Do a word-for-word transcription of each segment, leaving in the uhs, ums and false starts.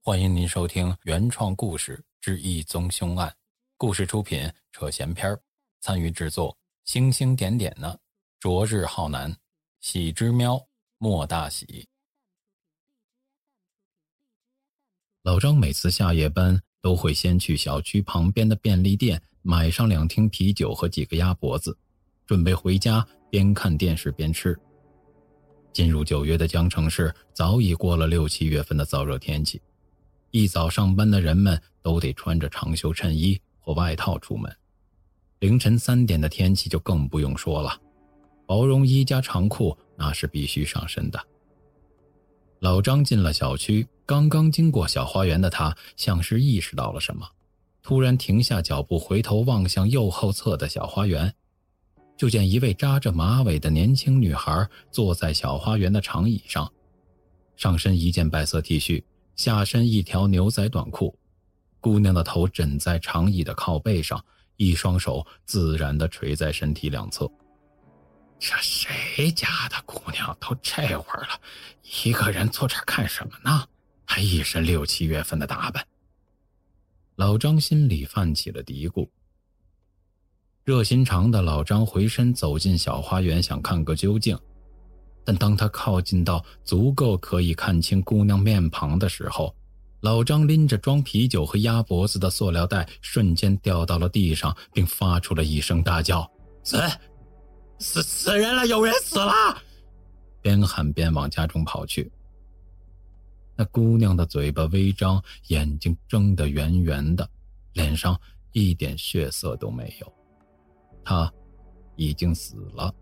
欢迎您收听原创故事之一宗凶案，故事出品扯闲篇，参与制作星星点点呢，昨日浩南，喜之喵，莫大喜。老张每次下夜班都会先去小区旁边的便利店买上两听啤酒和几个鸭脖子，准备回家边看电视边吃。进入九月的江城市早已过了六七月份的燥热天气，一早上班的人们都得穿着长袖衬衣或外套出门，凌晨三点的天气就更不用说了，薄绒衣加长裤那是必须上身的。老张进了小区，刚刚经过小花园的他像是意识到了什么，突然停下脚步，回头望向右后侧的小花园，就见一位扎着马尾的年轻女孩坐在小花园的长椅上，上身一件白色 T 恤，下身一条牛仔短裤，姑娘的头枕在长椅的靠背上，一双手自然地垂在身体两侧。这谁家的姑娘都这会儿了，一个人坐这儿看什么呢？还一身六七月份的打扮。老张心里泛起了嘀咕。热心肠的老张回身走进小花园，想看个究竟，但当他靠近到足够可以看清姑娘面庞的时候，老张拎着装啤酒和鸭脖子的塑料袋瞬间掉到了地上，并发出了一声大叫：死死死人了，有人死了！边喊边往家中跑去。那姑娘的嘴巴微张，眼睛睁得圆圆的，脸上一点血色都没有，她已经死了。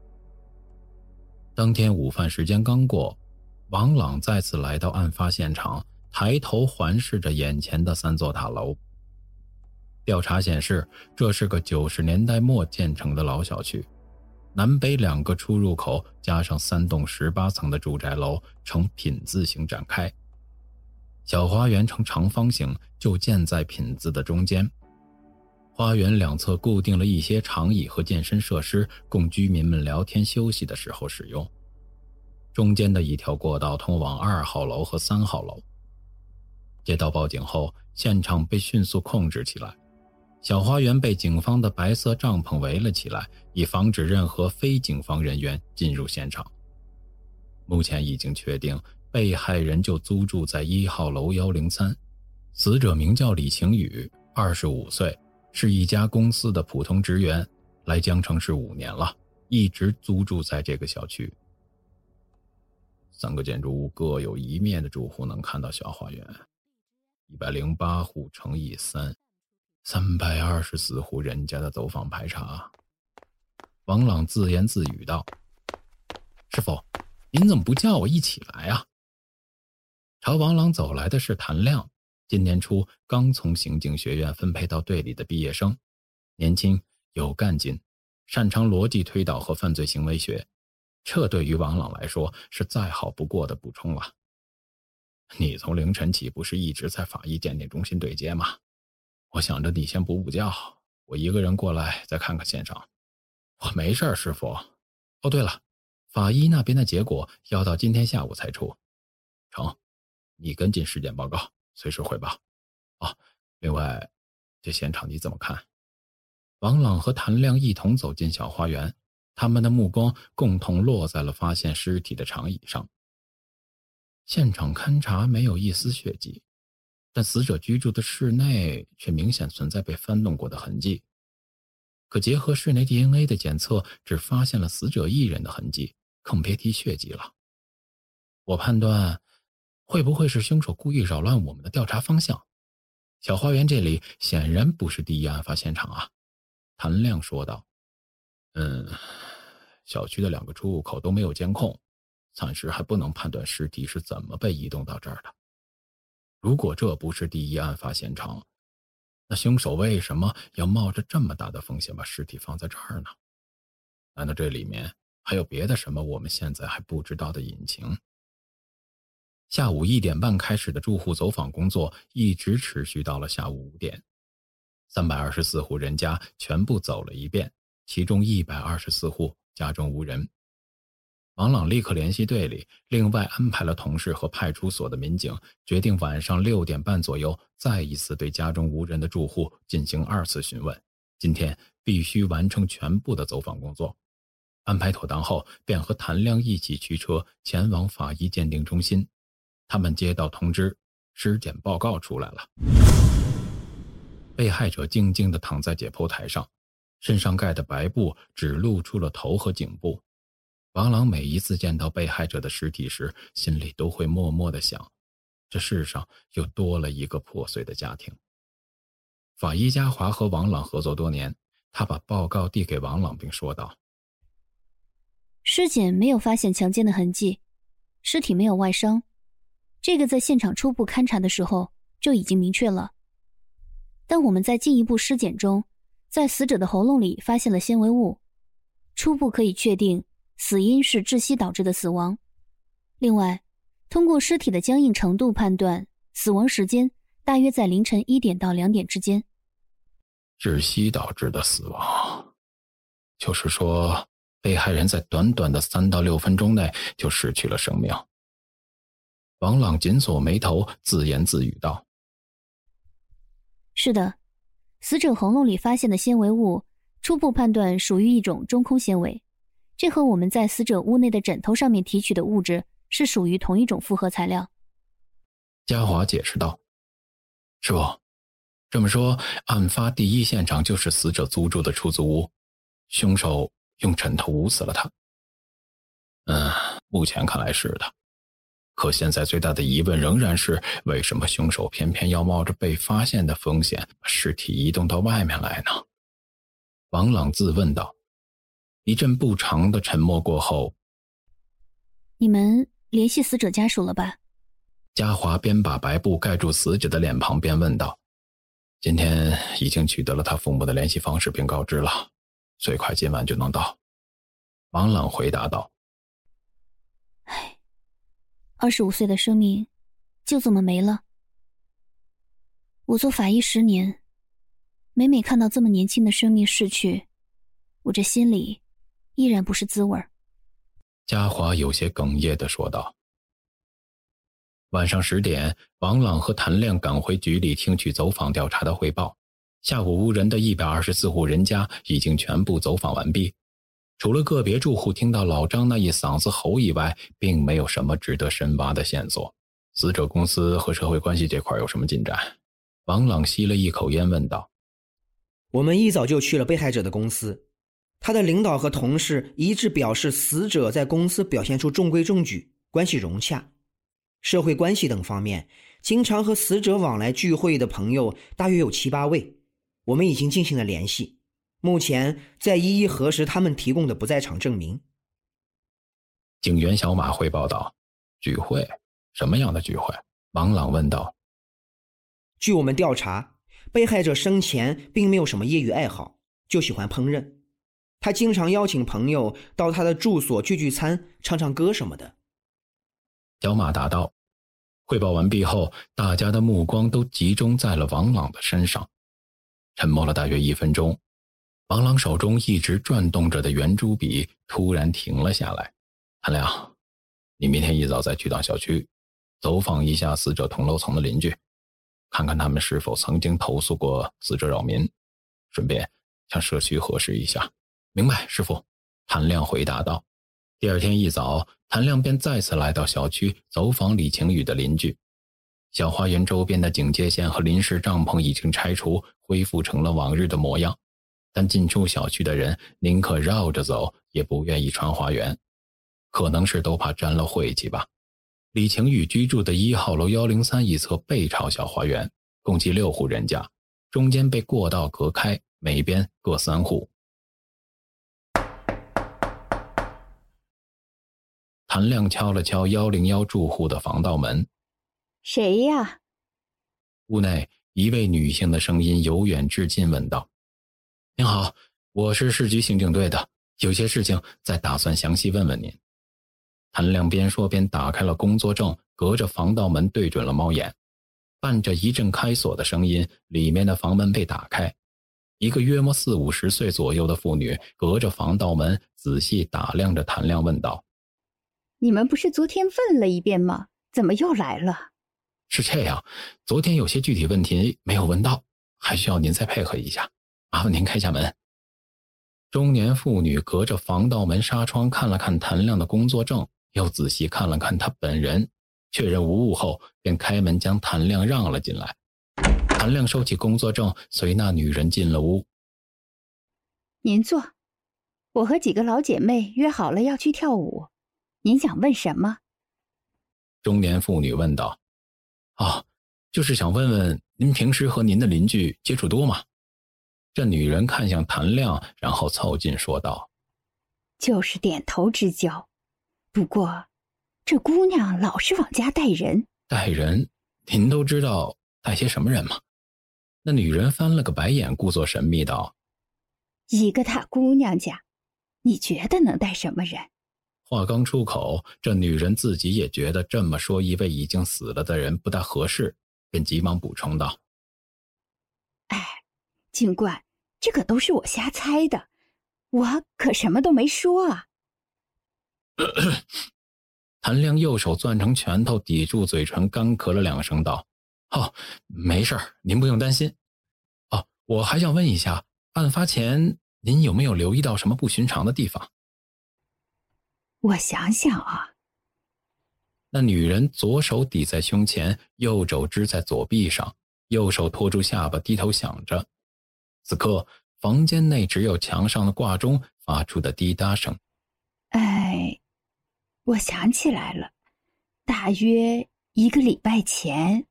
当天午饭时间刚过，王朗再次来到案发现场，抬头环视着眼前的三座大楼。调查显示，这是个九十年代末建成的老小区，南北两个出入口加上三栋十八层的住宅楼呈品字形展开，小花园呈长方形，就建在品字的中间。花园两侧固定了一些长椅和健身设施，供居民们聊天休息的时候使用。中间的一条过道通往二号楼和三号楼。接到报警后，现场被迅速控制起来，小花园被警方的白色帐篷围了起来，以防止任何非警方人员进入现场。目前已经确定，被害人就租住在一号楼一零三，死者名叫李晴雨，二十五岁，是一家公司的普通职员，来江城市五年了，一直租住在这个小区。三个建筑物各有一面的住户能看到小花园，一百零八户乘以三，三百二十四户人家的走访排查。王朗自言自语道：师傅，您怎么不叫我一起来啊？朝王朗走来的是谭亮，今年初刚从刑警学院分配到队里的毕业生，年轻有干劲，擅长逻辑推导和犯罪行为学，这对于王朗来说是再好不过的补充了。你从凌晨起不是一直在法医鉴定中心对接吗？我想着你先补补觉，我一个人过来再看看现场。我没事，师傅。哦对了，法医那边的结果要到今天下午才出。成，你跟进尸检报告，随时汇报。哦，另外，这现场你怎么看？王朗和谭亮一同走进小花园，他们的目光共同落在了发现尸体的长椅上。现场勘查没有一丝血迹，但死者居住的室内却明显存在被翻动过的痕迹。可结合室内 D N A 的检测，只发现了死者一人的痕迹，更别提血迹了。我判断，会不会是凶手故意扰乱我们的调查方向？小花园这里显然不是第一案发现场啊，谭亮说道。嗯，小区的两个出入口都没有监控，暂时还不能判断尸体是怎么被移动到这儿的。如果这不是第一案发现场，那凶手为什么要冒着这么大的风险把尸体放在这儿呢？难道这里面还有别的什么我们现在还不知道的隐情？下午一点半开始的住户走访工作一直持续到了下午五点，三百二十四户人家全部走了一遍，其中一百二十四户家中无人。 王朗立刻联系队里，另外安排了同事和派出所的民警，决定晚上六点半左右再一次对家中无人的住户进行二次询问。今天必须完成全部的走访工作。安排妥当后，便和谭亮一起驱车前往法医鉴定中心。他们接到通知，尸检报告出来了。被害者静静地躺在解剖台上，身上盖的白布只露出了头和颈部。王朗每一次见到被害者的尸体时，心里都会默默地想，这世上又多了一个破碎的家庭。法医嘉华和王朗合作多年，他把报告递给王朗并说道： 尸检没有发现强奸的痕迹，尸体没有外伤，这个在现场初步勘查的时候就已经明确了。但我们在进一步尸检中，在死者的喉咙里发现了纤维物，初步可以确定死因是窒息导致的死亡。另外，通过尸体的僵硬程度判断，死亡时间大约在凌晨一点到两点之间。 窒息导致的死亡，就是说被害人在短短的三到六分钟内就失去了生命。王朗紧锁眉头，自言自语道： 是的，死者喉咙里发现的纤维物初步判断属于一种中空纤维，这和我们在死者屋内的枕头上面提取的物质是属于同一种复合材料。 嘉华解释道：师傅，这么说案发第一现场就是死者租住的出租屋，凶手用枕头捂死了他。嗯，目前看来是的。可现在最大的疑问仍然是，为什么凶手偏偏要冒着被发现的风险，把尸体移动到外面来呢？王朗自问道。一阵不长的沉默过后， 你们联系死者家属了吧？ 嘉华边把白布盖住死者的脸庞边问道。今天已经取得了他父母的联系方式并告知了，最快今晚就能到。王朗回答道。 唉，二十五岁的生命就这么没了。我做法医十年，每每看到这么年轻的生命逝去，我这心里依然不是滋味。 嘉华有些哽咽地说道。晚上十点，王朗和谭亮赶回局里听取走访调查的汇报。下午无人的一百二十四户人家已经全部走访完毕，除了个别住户听到老张那一嗓子吼以外，并没有什么值得深挖的线索。死者公司和社会关系这块有什么进展？王朗吸了一口烟问道。 我们一早就去了被害者的公司，他的领导和同事一致表示，死者在公司表现出中规中矩，关系融洽。社会关系等方面，经常和死者往来聚会的朋友大约有七八位，我们已经进行了联系，目前在一一核实他们提供的不在场证明。 警员小马汇报道。聚会？什么样的聚会？王朗问道。 据我们调查，被害者生前并没有什么业余爱好，就喜欢烹饪。他经常邀请朋友到他的住所聚聚餐，唱唱歌什么的。 小马答道。汇报完毕后，大家的目光都集中在了王朗的身上。沉默了大约一分钟，王朗手中一直转动着的圆珠笔突然停了下来。谭亮，你明天一早再去趟小区，走访一下死者同楼层的邻居，看看他们是否曾经投诉过死者扰民，顺便向社区核实一下。明白，师傅。谭亮回答道。第二天一早，谭亮便再次来到小区走访李晴雨的邻居。小花园周边的警戒线和临时帐篷已经拆除，恢复成了往日的模样，但进出小区的人宁可绕着走，也不愿意穿花园，可能是都怕沾了晦气吧。李晴雨居住的一号楼一零三一侧背朝小花园，共计六户人家，中间被过道隔开，每边各三户。谭亮敲了敲一零一住户的防盗门。 谁呀？ 屋内一位女性的声音由远至近问道。您好，我是市局刑警队的，有些事情再打算详细问问您。谭亮边说边打开了工作证，隔着防盗门对准了猫眼。伴着一阵开锁的声音，里面的房门被打开。一个约莫四五十岁左右的妇女隔着防盗门仔细打量着谭亮问道。 你们不是昨天问了一遍吗？怎么又来了？ 是这样，昨天有些具体问题没有问到，还需要您再配合一下，麻烦您开下门。中年妇女隔着防盗门纱窗看了看谭亮的工作证，又仔细看了看他本人，确认无误后便开门将谭亮让了进来。谭亮收起工作证，随那女人进了屋。 您坐，我和几个老姐妹约好了要去跳舞，您想问什么？ 中年妇女问道。哦，就是想问问您平时和您的邻居接触多吗？这女人看向谭亮，然后凑近说道。 就是点头之交，不过这姑娘老是往家带人。 带人？您都知道带些什么人吗？那女人翻了个白眼，故作神秘道。 一个大姑娘家，你觉得能带什么人？ 话刚出口，这女人自己也觉得这么说一位已经死了的人不大合适，便急忙补充道。 哎，警官，这可都是我瞎猜的，我可什么都没说啊。 谭亮右手攥成拳头抵住嘴唇，干咳了两声道。哦，没事儿，您不用担心。哦，我还想问一下，案发前您有没有留意到什么不寻常的地方？ 我想想啊。 那女人左手抵在胸前，右肘支在左臂上，右手托住下巴，低头想着。此刻房间内只有墙上的挂钟发出的滴答声。 哎，我想起来了，大约一个礼拜前。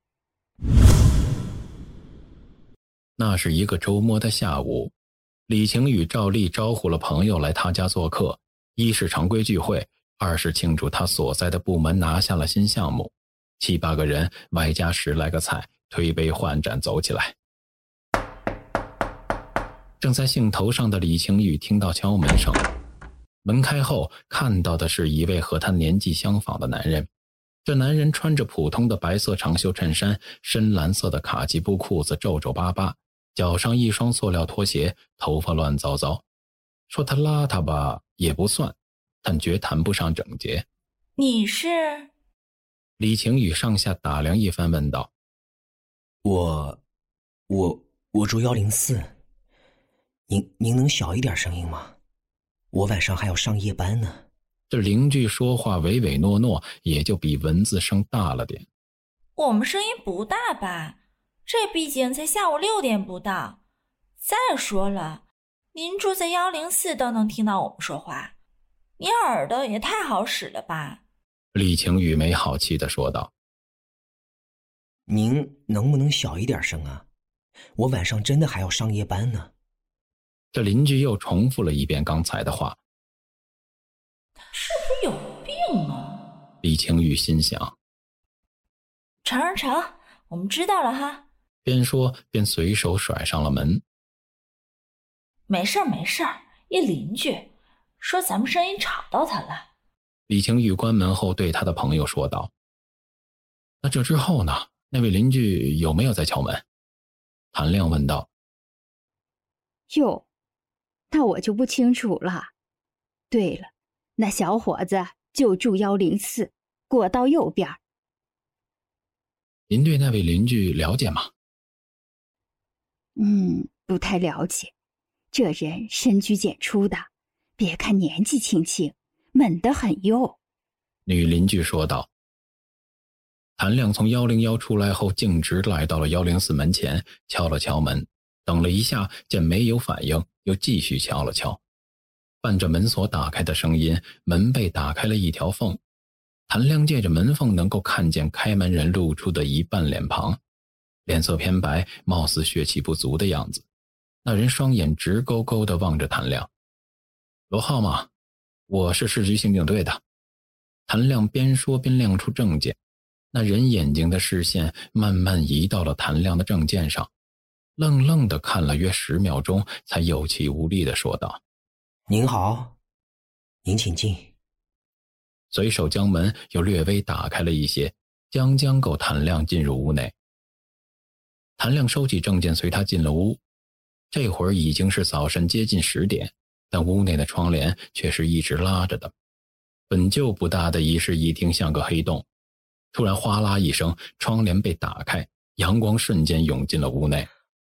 那是一个周末的下午，李晴雨照例招呼了朋友来他家做客，一是常规聚会，二是庆祝他所在的部门拿下了新项目。七八个人外加十来个菜，推杯换盏走起来。正在兴头上的李晴雨听到敲门声，门开后看到的是一位和他年纪相仿的男人。这男人穿着普通的白色长袖衬衫，深蓝色的卡其布裤子皱皱巴巴，脚上一双塑料拖鞋，头发乱糟糟。说他邋遢吧也不算，但绝谈不上整洁。 你是？ 李晴雨上下打量一番问道。 我我我住一零四，您您能小一点声音吗？我晚上还要上夜班呢。 这邻居说话唯唯诺诺，也就比蚊子声大了点。 我们声音不大吧？这毕竟才下午六点不到。再说了，您住在一零四都能听到我们说话，你耳朵也太好使了吧？ 李晴雨没好气地说道。 您能不能小一点声啊？我晚上真的还要上夜班呢。 这邻居又重复了一遍刚才的话。 他是不是有病啊？ 李晴雨心想。 成成成，我们知道了哈。 边说边随手甩上了门。 没事儿没事儿，一邻居说咱们声音吵到他了。 李晴雨关门后对他的朋友说道。那这之后呢？那位邻居有没有在敲门？谭亮问道。 哟，那我就不清楚了。对了，那小伙子就住一零四，过道右边。 您对那位邻居了解吗？ 嗯，不太了解。这人深居简出的，别看年纪轻轻，闷得很哟。 女邻居说道。谭亮从一零一出来后，径直来到了一零四门前，敲了敲门，等了一下，见没有反应，又继续敲了敲。伴着门锁打开的声音，门被打开了一条缝。谭亮借着门缝能够看见开门人露出的一半脸庞，脸色偏白，貌似血气不足的样子。那人双眼直勾勾地望着谭亮。罗浩吗？我是市局刑警队的。谭亮边说边亮出证件。那人眼睛的视线慢慢移到了谭亮的证件上，愣愣地看了约十秒钟，才有气无力地说道： 您好，您请进。 随手将门又略微打开了一些，将将够谭亮进入屋内。谭亮收起证件，随他进了屋。这会儿已经是早晨接近十点，但屋内的窗帘却是一直拉着的。 本就不大的一室一厅像个黑洞。突然哗啦一声，窗帘被打开，阳光瞬间涌进了屋内。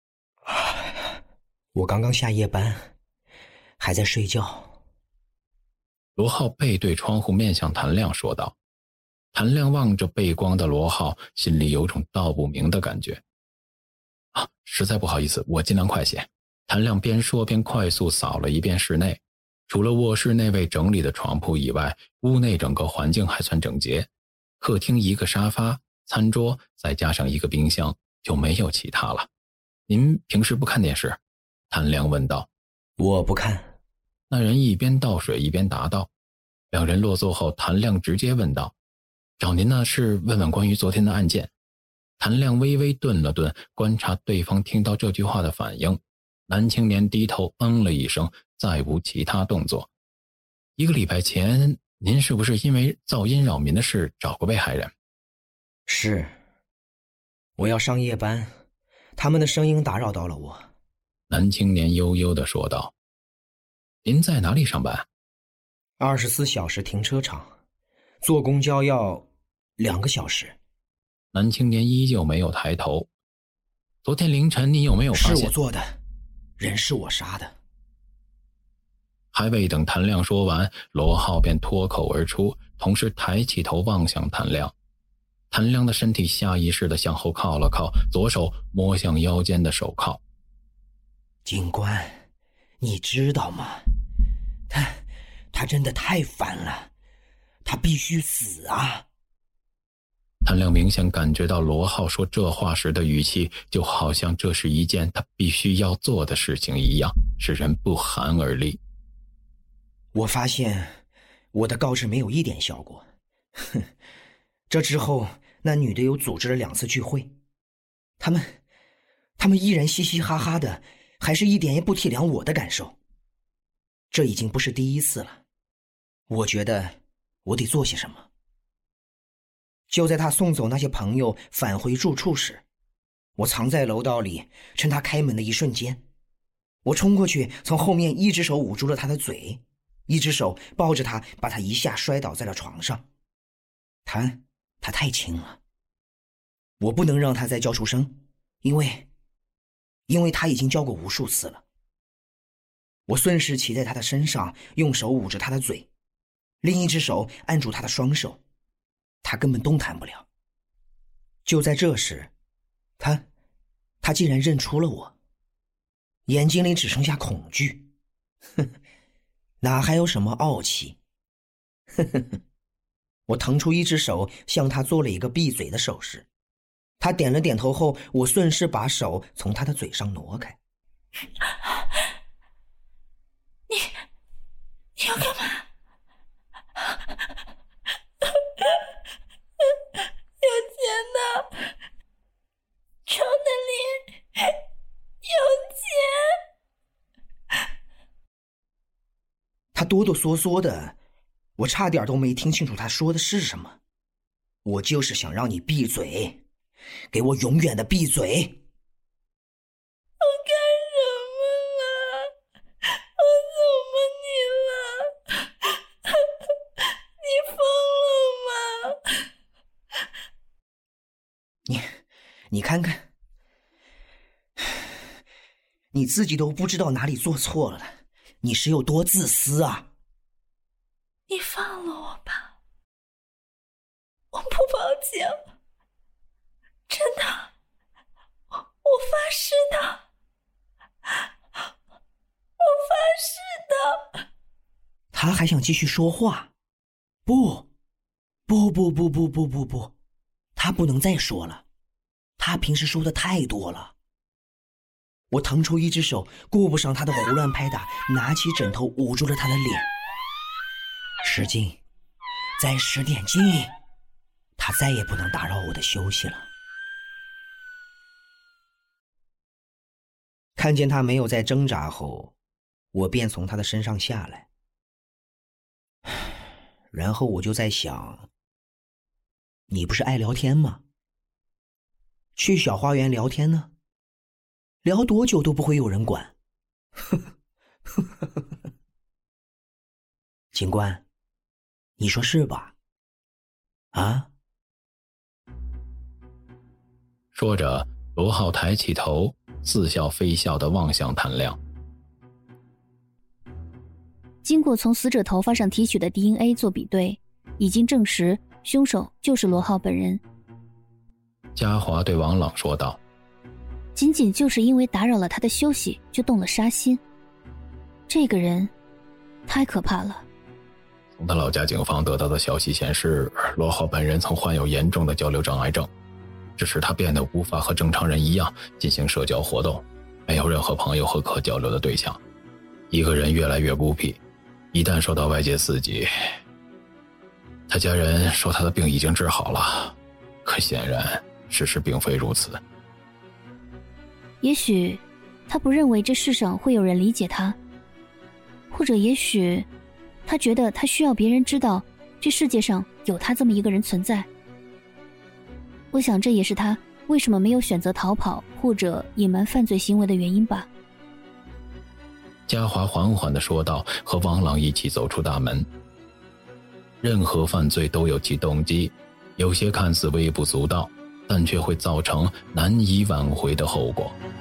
我刚刚下夜班，还在睡觉。 罗浩背对窗户面向谭亮说道。谭亮望着背光的罗浩，心里有种道不明的感觉。啊，实在不好意思，我尽量快些。谭亮边说边快速扫了一遍室内，除了卧室那位整理的床铺以外，屋内整个环境还算整洁。客厅一个沙发、餐桌，再加上一个冰箱，就没有其他了。您平时不看电视？谭亮问道。 我不看。 那人一边倒水一边答道。两人落座后，谭亮直接问道：找您呢是问问关于昨天的案件。谭亮微微顿了顿，观察对方听到这句话的反应。男青年低头嗯了一声，再无其他动作。一个礼拜前，您是不是因为噪音扰民的事找过被害人？ 是。我要上夜班，他们的声音打扰到了我。 男青年悠悠地说道。您在哪里上班？ 二十四小时停车场，坐公交要两个小时。 男青年依旧没有抬头。昨天凌晨你有没有发现？ 是我做的，人是我杀的。 还未等谭亮说完，罗浩便脱口而出，同时抬起头望向谭亮。谭亮的身体下意识地向后靠了靠，左手摸向腰间的手铐。 警官，你知道吗？他他真的太烦了，他必须死啊！ 谭亮明显感觉到罗浩说这话时的语气，就好像这是一件他必须要做的事情一样，使人不寒而栗。 我发现我的告知没有一点效果。哼，这之后那女的又组织了两次聚会，他们他们依然嘻嘻哈哈的，还是一点也不体谅我的感受。这已经不是第一次了，我觉得我得做些什么。就在他送走那些朋友返回住处时，我藏在楼道里，趁他开门的一瞬间，我冲过去，从后面一只手捂住了他的嘴，一只手抱着他，把他一下摔倒在了床上。他他太轻了，我不能让他再叫出声，因为因为他已经叫过无数次了。我顺势骑在他的身上，用手捂着他的嘴，另一只手按住他的双手，他根本动弹不了。就在这时，他他竟然认出了我，眼睛里只剩下恐惧。哼，哪还有什么傲气？呵呵呵，我腾出一只手向他做了一个闭嘴的手势，他点了点头后，我顺势把手从他的嘴上挪开。 你你要干嘛？有钱的，床的脸，有钱。 他哆哆嗦嗦的，我差点都没听清楚他说的是什么。我就是想让你闭嘴，给我永远的闭嘴。 我干什么了？我怎么你了？你疯了吗？ 你，你看看，你自己都不知道哪里做错了，你是有多自私啊！ 你放了我吧，我不报警，真的，我我发誓的，我发誓的。 他还想继续说话，不，不不不不不不不，他不能再说了，他平时说的太多了。我腾出一只手，顾不上他的胡乱拍打，拿起枕头捂住了他的脸。使劲，再使点劲，他再也不能打扰我的休息了。看见他没有再挣扎后，我便从他的身上下来。然后我就在想，你不是爱聊天吗？去小花园聊天呢，聊多久都不会有人管。警官， 你说是吧？啊？ 说着，罗浩抬起头，似笑非笑地望向谭亮。 经过从死者头发上提取的 D N A 做比对，已经证实凶手就是罗浩本人。 嘉华对王朗说道： 仅仅就是因为打扰了他的休息，就动了杀心。这个人太可怕了。 从他老家警方得到的消息显示，罗浩本人曾患有严重的交流障碍症，这使他变得无法和正常人一样进行社交活动，没有任何朋友和可交流的对象，一个人越来越孤僻，一旦受到外界刺激。他家人说他的病已经治好了，可显然事实并非如此。 也许他不认为这世上会有人理解他，或者也许他觉得他需要别人知道这世界上有他这么一个人存在。我想这也是他为什么没有选择逃跑或者隐瞒犯罪行为的原因吧。 嘉华缓缓地说道，和王朗一起走出大门。任何犯罪都有其动机，有些看似微不足道，但却会造成难以挽回的后果。